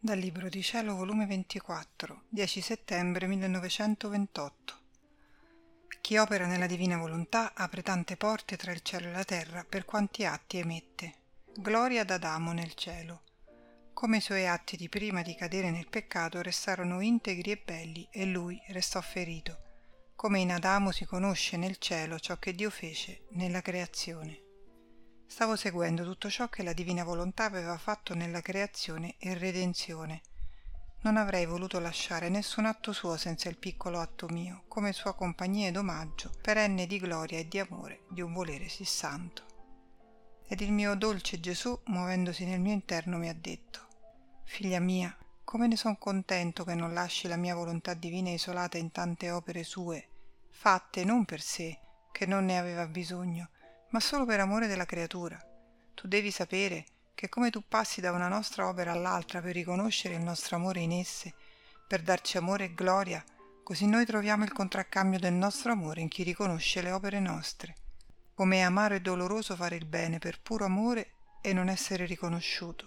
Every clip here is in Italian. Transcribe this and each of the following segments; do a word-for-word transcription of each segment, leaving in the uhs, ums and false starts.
Dal Libro di Cielo, volume ventiquattro, dieci settembre millenovecentoventotto. Chi opera nella divina volontà apre tante porte tra il cielo e la terra per quanti atti emette. Gloria ad Adamo nel cielo. Come i suoi atti di prima di cadere nel peccato restarono integri e belli e lui restò ferito. Come in Adamo si conosce nel cielo ciò che Dio fece nella creazione. Stavo seguendo tutto ciò che la divina volontà aveva fatto nella creazione e redenzione. Non avrei voluto lasciare nessun atto suo senza il piccolo atto mio, come sua compagnia ed omaggio, perenne di gloria e di amore di un volere sì santo. Ed il mio dolce Gesù, muovendosi nel mio interno, mi ha detto: «Figlia mia, come ne son contento che non lasci la mia volontà divina isolata in tante opere sue, fatte non per sé, che non ne aveva bisogno, ma solo per amore della creatura. Tu devi sapere che come tu passi da una nostra opera all'altra per riconoscere il nostro amore in esse, per darci amore e gloria, così noi troviamo il contraccambio del nostro amore in chi riconosce le opere nostre. Come è amaro e doloroso fare il bene per puro amore e non essere riconosciuto.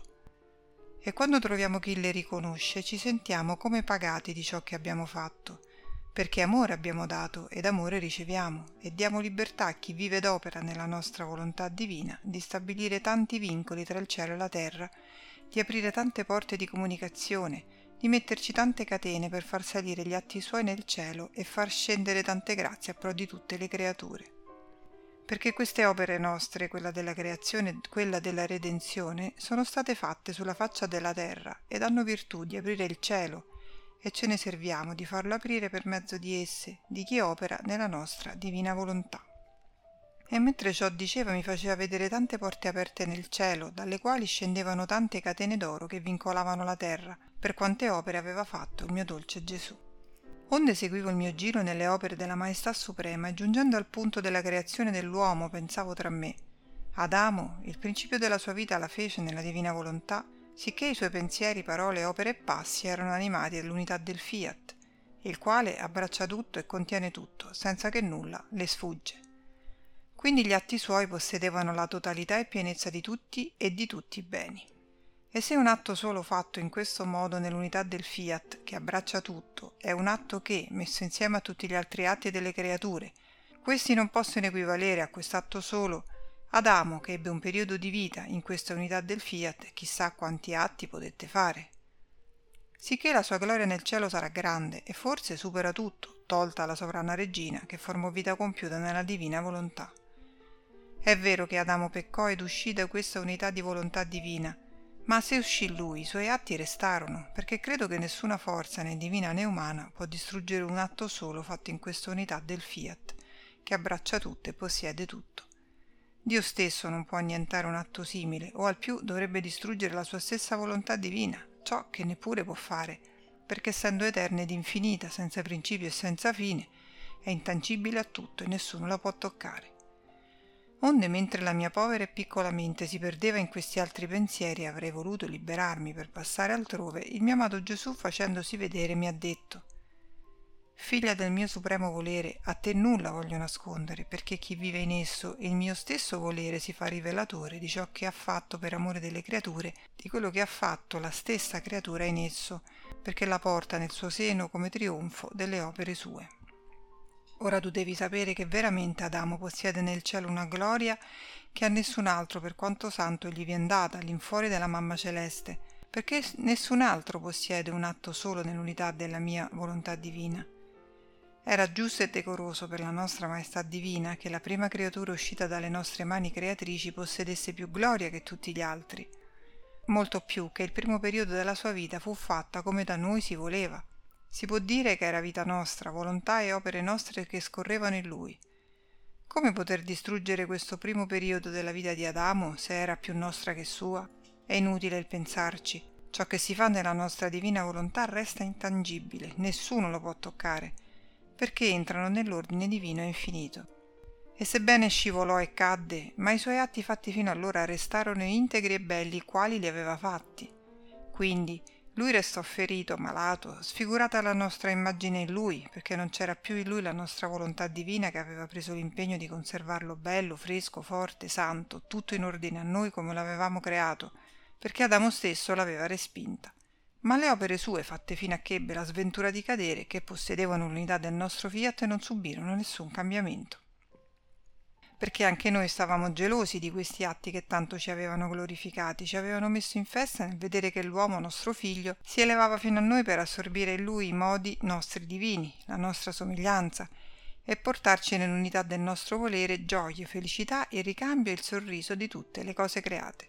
E quando troviamo chi le riconosce, ci sentiamo come pagati di ciò che abbiamo fatto, perché amore abbiamo dato ed amore riceviamo, e diamo libertà a chi vive ed opera nella nostra volontà divina di stabilire tanti vincoli tra il cielo e la terra, di aprire tante porte di comunicazione, di metterci tante catene per far salire gli atti suoi nel cielo e far scendere tante grazie a pro di tutte le creature. Perché queste opere nostre, quella della creazione e quella della redenzione, sono state fatte sulla faccia della terra ed hanno virtù di aprire il cielo, e ce ne serviamo di farlo aprire per mezzo di esse, di chi opera nella nostra divina volontà». E mentre ciò diceva mi faceva vedere tante porte aperte nel cielo, dalle quali scendevano tante catene d'oro che vincolavano la terra, per quante opere aveva fatto il mio dolce Gesù. Onde seguivo il mio giro nelle opere della Maestà Suprema e giungendo al punto della creazione dell'uomo pensavo tra me: Adamo, il principio della sua vita la fece nella divina volontà, sicché i suoi pensieri, parole, opere e passi erano animati dall'unità del fiat, il quale abbraccia tutto e contiene tutto, senza che nulla le sfugge. Quindi gli atti suoi possedevano la totalità e pienezza di tutti e di tutti i beni. E se un atto solo fatto in questo modo nell'unità del fiat, che abbraccia tutto, è un atto che, messo insieme a tutti gli altri atti delle creature, questi non possono equivalere a quest'atto solo, Adamo, che ebbe un periodo di vita in questa unità del fiat, chissà quanti atti potette fare. Sicché la sua gloria nel cielo sarà grande e forse supera tutto, tolta la sovrana regina che formò vita compiuta nella divina volontà. È vero che Adamo peccò ed uscì da questa unità di volontà divina, ma se uscì lui, i suoi atti restarono, perché credo che nessuna forza, né divina né umana, può distruggere un atto solo fatto in questa unità del fiat, che abbraccia tutto e possiede tutto. Dio stesso non può annientare un atto simile, o al più dovrebbe distruggere la sua stessa volontà divina, ciò che neppure può fare, perché essendo eterna ed infinita, senza principio e senza fine, è intangibile a tutto e nessuno la può toccare. Onde, mentre la mia povera e piccola mente si perdeva in questi altri pensieri e avrei voluto liberarmi per passare altrove, il mio amato Gesù, facendosi vedere, mi ha detto: «Figlia del mio supremo volere, a te nulla voglio nascondere, perché chi vive in esso, il mio stesso volere, si fa rivelatore di ciò che ha fatto per amore delle creature, di quello che ha fatto la stessa creatura in esso, perché la porta nel suo seno come trionfo delle opere sue. Ora tu devi sapere che veramente Adamo possiede nel cielo una gloria che a nessun altro, per quanto santo gli vien data all'infuori della mamma celeste, perché nessun altro possiede un atto solo nell'unità della mia volontà divina. Era giusto e decoroso per la nostra Maestà Divina che la prima creatura uscita dalle nostre mani creatrici possedesse più gloria che tutti gli altri, molto più che il primo periodo della sua vita fu fatta come da noi si voleva. Si può dire che era vita nostra, volontà e opere nostre che scorrevano in lui. Come poter distruggere questo primo periodo della vita di Adamo se era più nostra che sua? È inutile il pensarci. Ciò che si fa nella nostra divina volontà resta intangibile, nessuno lo può toccare, perché entrano nell'ordine divino e infinito. E sebbene scivolò e cadde, ma i suoi atti fatti fino allora restarono integri e belli quali li aveva fatti. Quindi lui restò ferito, malato, sfigurata la nostra immagine in lui, perché non c'era più in lui la nostra volontà divina che aveva preso l'impegno di conservarlo bello, fresco, forte, santo, tutto in ordine a noi come l'avevamo creato, perché Adamo stesso l'aveva respinta. ma le opere sue, fatte fino a che ebbe la sventura di cadere, che possedevano l'unità del nostro fiat, non subirono nessun cambiamento. Perché anche noi stavamo gelosi di questi atti che tanto ci avevano glorificati, ci avevano messo in festa nel vedere che l'uomo, nostro figlio, si elevava fino a noi per assorbire in lui i modi nostri divini, la nostra somiglianza, e portarci nell'unità del nostro volere gioie, felicità, il ricambio e il sorriso di tutte le cose create.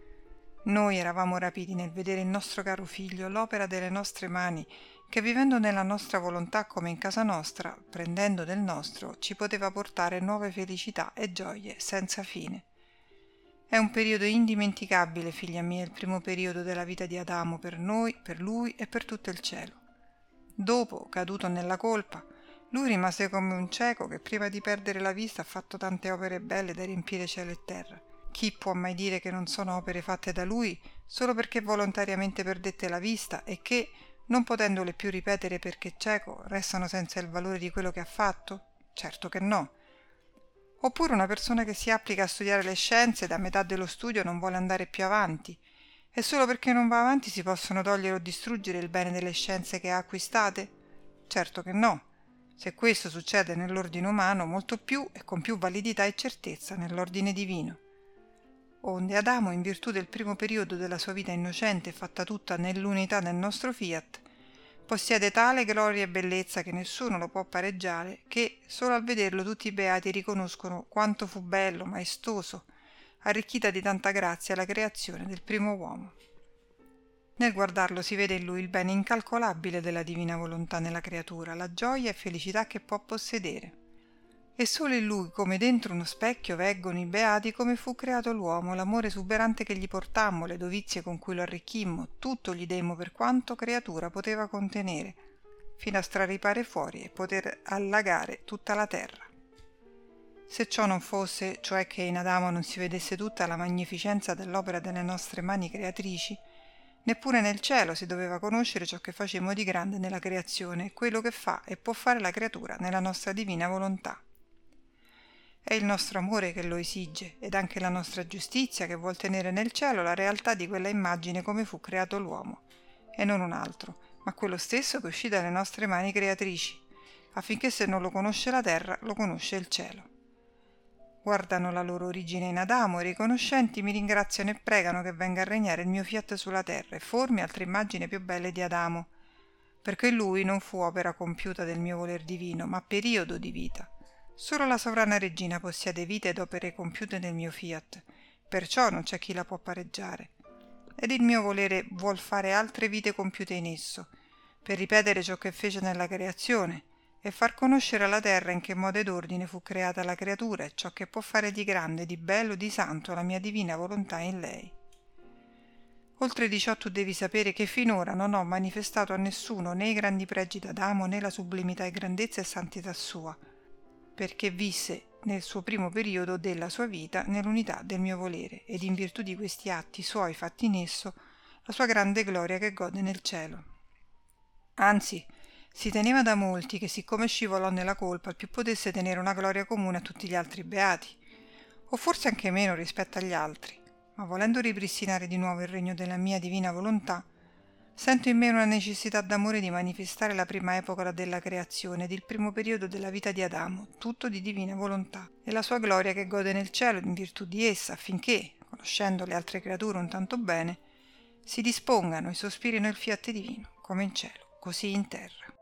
Noi eravamo rapiti nel vedere il nostro caro figlio, l'opera delle nostre mani, che vivendo nella nostra volontà come in casa nostra, prendendo del nostro, ci poteva portare nuove felicità e gioie senza fine. È un periodo indimenticabile, figlia mia, il primo periodo della vita di Adamo per noi, per lui e per tutto il cielo. Dopo, caduto nella colpa, lui rimase come un cieco che prima di perdere la vista ha fatto tante opere belle da riempire cielo e terra. Chi può mai dire che non sono opere fatte da lui solo perché volontariamente perdette la vista e che, non potendole più ripetere perché cieco, restano senza il valore di quello che ha fatto? Certo che no. Oppure una persona che si applica a studiare le scienze e da metà dello studio non vuole andare più avanti, e solo perché non va avanti si possono togliere o distruggere il bene delle scienze che ha acquistate? Certo che no. Se questo succede nell'ordine umano, molto più e con più validità e certezza nell'ordine divino. Onde Adamo, in virtù del primo periodo della sua vita innocente fatta tutta nell'unità del nostro fiat, possiede tale gloria e bellezza che nessuno lo può pareggiare, che solo al vederlo tutti i beati riconoscono quanto fu bello, maestoso, arricchita di tanta grazia la creazione del primo uomo. Nel guardarlo si vede in lui il bene incalcolabile della divina volontà nella creatura, la gioia e felicità che può possedere. E solo in lui, come dentro uno specchio, veggono i beati come fu creato l'uomo, l'amore esuberante che gli portammo, le dovizie con cui lo arricchimmo, tutto gli demmo per quanto creatura poteva contenere, fino a straripare fuori e poter allagare tutta la terra. Se ciò non fosse, cioè che in Adamo non si vedesse tutta la magnificenza dell'opera delle nostre mani creatrici, neppure nel cielo si doveva conoscere ciò che facemmo di grande nella creazione, quello che fa e può fare la creatura nella nostra divina volontà. È il nostro amore che lo esige, ed anche la nostra giustizia che vuol tenere nel cielo la realtà di quella immagine come fu creato l'uomo, e non un altro, ma quello stesso che uscì dalle nostre mani creatrici, affinché se non lo conosce la terra, lo conosce il cielo. Guardano la loro origine in Adamo e riconoscenti mi ringraziano e pregano che venga a regnare il mio fiat sulla terra e formi altre immagini più belle di Adamo, perché lui non fu opera compiuta del mio voler divino, ma periodo di vita. Solo la sovrana regina possiede vite ed opere compiute nel mio fiat, perciò non c'è chi la può pareggiare. Ed il mio volere vuol fare altre vite compiute in esso, per ripetere ciò che fece nella creazione, e far conoscere alla terra in che modo ed ordine fu creata la creatura e ciò che può fare di grande, di bello, di santo la mia divina volontà in lei. Oltre di ciò tu devi sapere che finora non ho manifestato a nessuno né i grandi pregi d'Adamo né la sublimità e grandezza e santità sua, perché visse nel suo primo periodo della sua vita nell'unità del mio volere, ed in virtù di questi atti suoi fatti in esso, la sua grande gloria che gode nel cielo. Anzi, si teneva da molti che siccome scivolò nella colpa, il più potesse tenere una gloria comune a tutti gli altri beati, o forse anche meno rispetto agli altri, ma volendo ripristinare di nuovo il regno della mia divina volontà, sento in me una necessità d'amore di manifestare la prima epoca della creazione ed il primo periodo della vita di Adamo, tutto di divina volontà, e la sua gloria che gode nel cielo in virtù di essa, affinché, conoscendo le altre creature un tanto bene, si dispongano e sospirino il fiat divino, come in cielo, così in terra.